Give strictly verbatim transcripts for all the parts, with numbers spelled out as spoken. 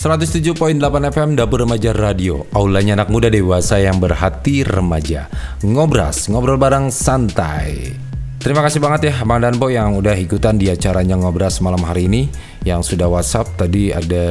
seratus tujuh koma delapan F M Dapur Remaja Radio, aulanya anak muda dewasa yang berhati remaja. Ngobras, ngobrol bareng santai. Terima kasih banget ya Bang Danpo yang udah ikutan di acaranya Ngobras malam hari ini. Yang sudah WhatsApp, tadi ada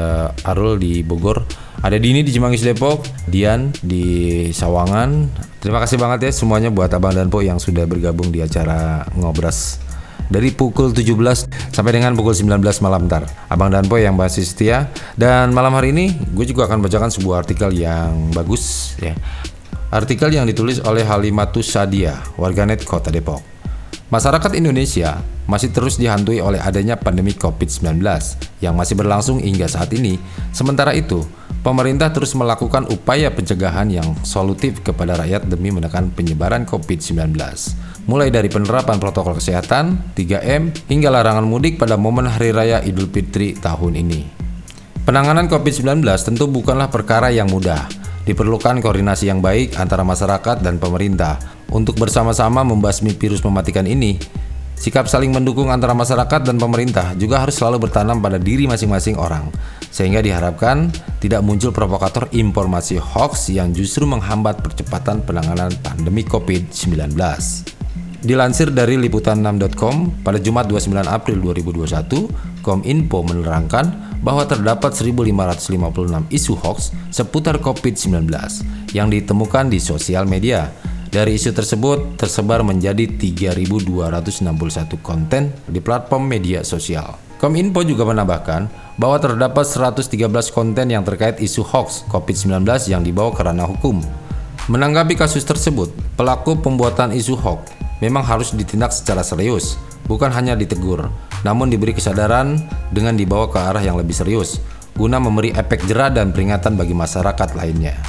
Arul di Bogor, ada Dini di Cimanggis Depok, Dian di Sawangan. Terima kasih banget ya semuanya buat Abang Danpo yang sudah bergabung di acara Ngobras dari pukul tujuh belas sampai dengan pukul sembilan belas malam ntar. Abang Danpo yang masih setia. Dan malam hari ini gue juga akan bacakan sebuah artikel yang bagus ya. Artikel yang ditulis oleh Halimatus Sadia, warganet Kota Depok. Masyarakat Indonesia masih terus dihantui oleh adanya pandemi covid sembilan belas yang masih berlangsung hingga saat ini. Sementara itu, pemerintah terus melakukan upaya pencegahan yang solutif kepada rakyat demi menekan penyebaran covid sembilan belas. Mulai dari penerapan protokol kesehatan, tiga M, hingga larangan mudik pada momen Hari Raya Idul Fitri tahun ini. Penanganan covid sembilan belas tentu bukanlah perkara yang mudah. Diperlukan koordinasi yang baik antara masyarakat dan pemerintah untuk bersama-sama membasmi virus mematikan ini. Sikap saling mendukung antara masyarakat dan pemerintah juga harus selalu bertanam pada diri masing-masing orang, sehingga diharapkan tidak muncul provokator informasi hoax yang justru menghambat percepatan penanganan pandemi covid sembilan belas. Dilansir dari liputan enam titik com, pada Jumat dua puluh sembilan April dua ribu dua puluh satu, Kominfo menerangkan bahwa terdapat seribu lima ratus lima puluh enam isu hoax seputar covid sembilan belas yang ditemukan di sosial media. Dari isu tersebut tersebar menjadi tiga ribu dua ratus enam puluh satu konten di platform media sosial. Kominfo juga menambahkan bahwa terdapat seratus tiga belas konten yang terkait isu hoax covid sembilan belas yang dibawa ke ranah hukum. Menanggapi kasus tersebut, pelaku pembuatan isu hoax memang harus ditindak secara serius, bukan hanya ditegur, namun diberi kesadaran dengan dibawa ke arah yang lebih serius, guna memberi efek jera dan peringatan bagi masyarakat lainnya.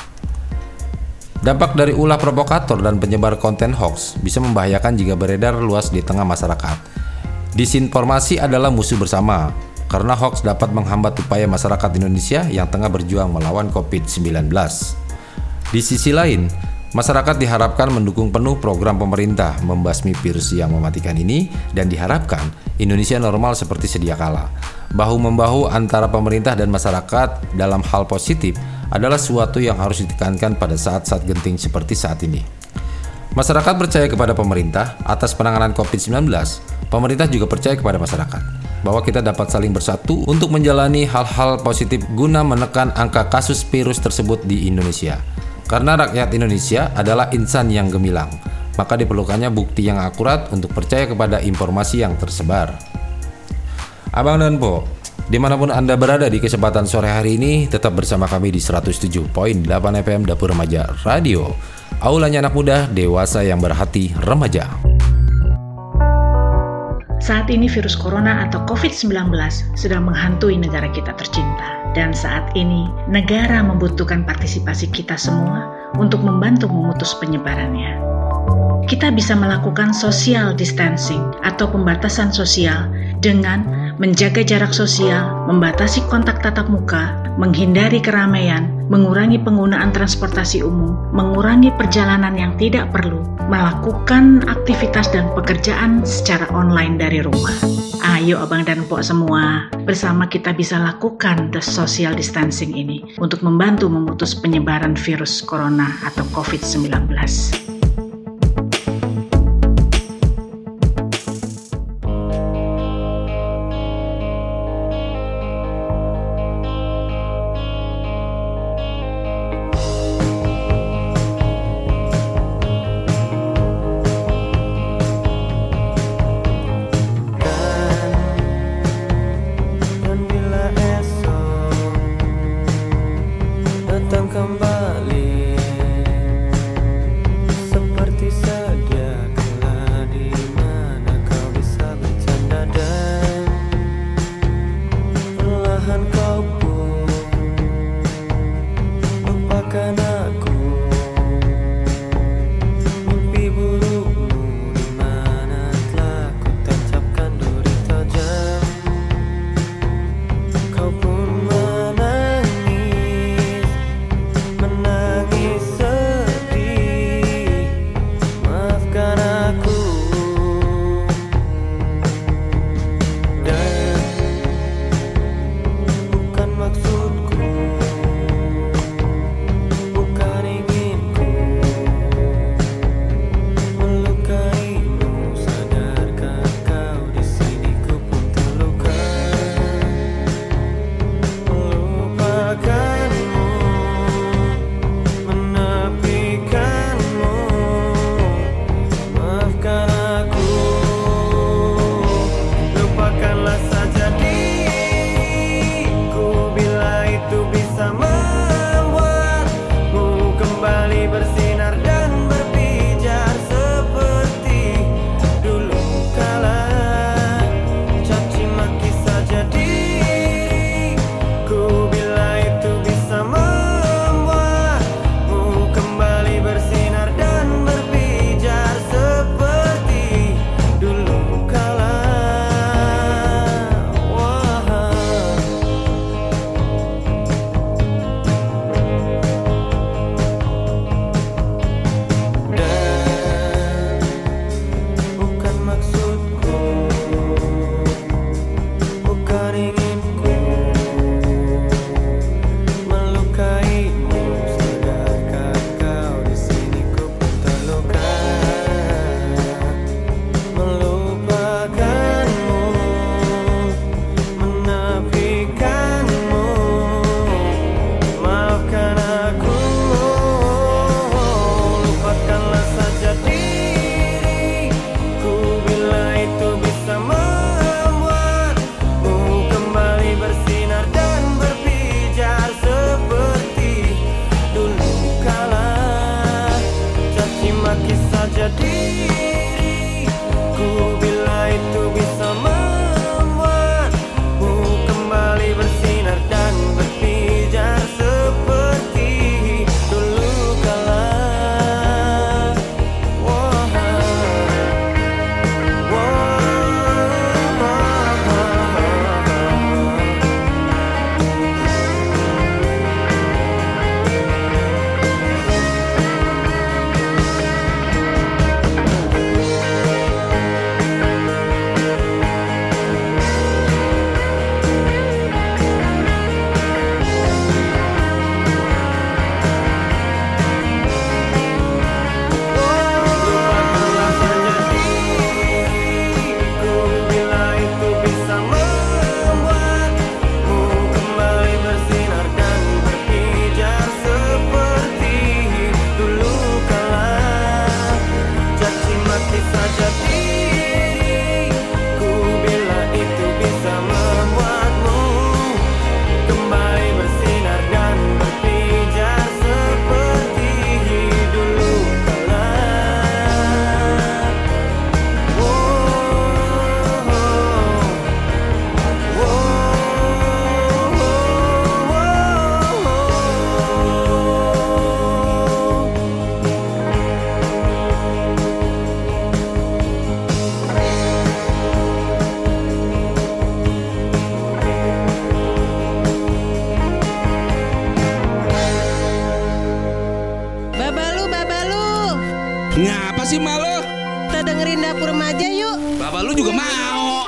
Dampak dari ulah provokator dan penyebar konten hoax bisa membahayakan jika beredar luas di tengah masyarakat. Disinformasi adalah musuh bersama, karena hoax dapat menghambat upaya masyarakat Indonesia yang tengah berjuang melawan covid sembilan belas. Di sisi lain, masyarakat diharapkan mendukung penuh program pemerintah membasmi virus yang mematikan ini dan diharapkan Indonesia normal seperti sedia kala. Bahu-membahu antara pemerintah dan masyarakat dalam hal positif adalah suatu yang harus ditekankan pada saat-saat genting seperti saat ini. Masyarakat percaya kepada pemerintah atas penanganan covid sembilan belas. Pemerintah juga percaya kepada masyarakat bahwa kita dapat saling bersatu untuk menjalani hal-hal positif guna menekan angka kasus virus tersebut di Indonesia. Karena rakyat Indonesia adalah insan yang gemilang, maka diperlukannya bukti yang akurat untuk percaya kepada informasi yang tersebar. Abang Danpo, dimanapun Anda berada di kesempatan sore hari ini, tetap bersama kami di seratus tujuh koma delapan F M Dapur Remaja Radio, aulanya anak muda dewasa yang berhati remaja. Saat ini virus corona atau covid sembilan belas sedang menghantui negara kita tercinta. Dan saat ini, negara membutuhkan partisipasi kita semua untuk membantu memutus penyebarannya. Kita bisa melakukan social distancing atau pembatasan sosial dengan menjaga jarak sosial, membatasi kontak tatap muka, menghindari keramaian, mengurangi penggunaan transportasi umum, mengurangi perjalanan yang tidak perlu, melakukan aktivitas dan pekerjaan secara online dari rumah. Ayo Abang dan Pok semua, bersama kita bisa lakukan the social distancing ini untuk membantu memutus penyebaran virus corona atau covid sembilan belas. Kembali Ngapa sih malu? Kita dengerin Dapur Remaja yuk. Bapak lu juga mau.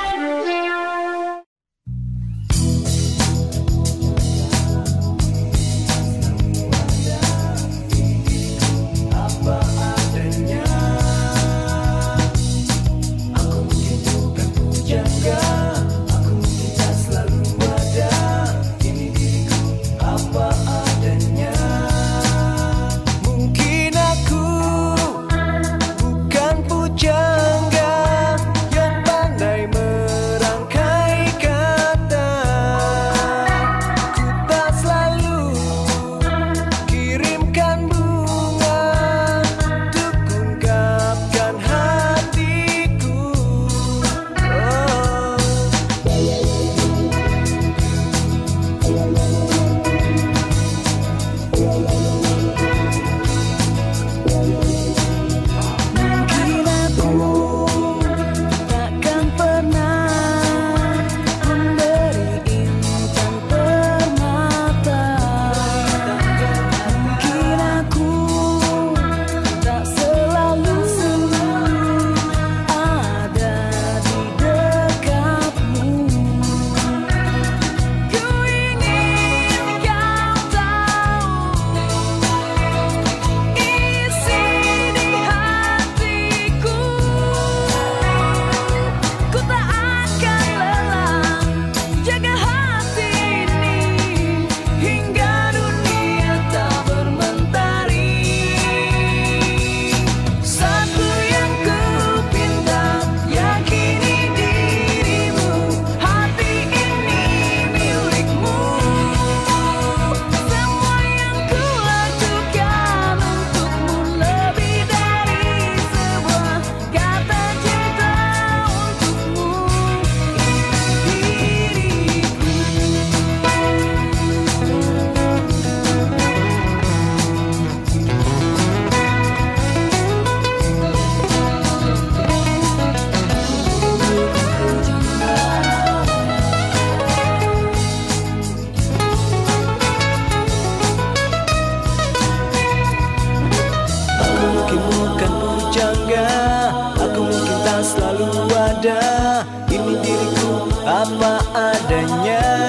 Ini diriku apa adanya.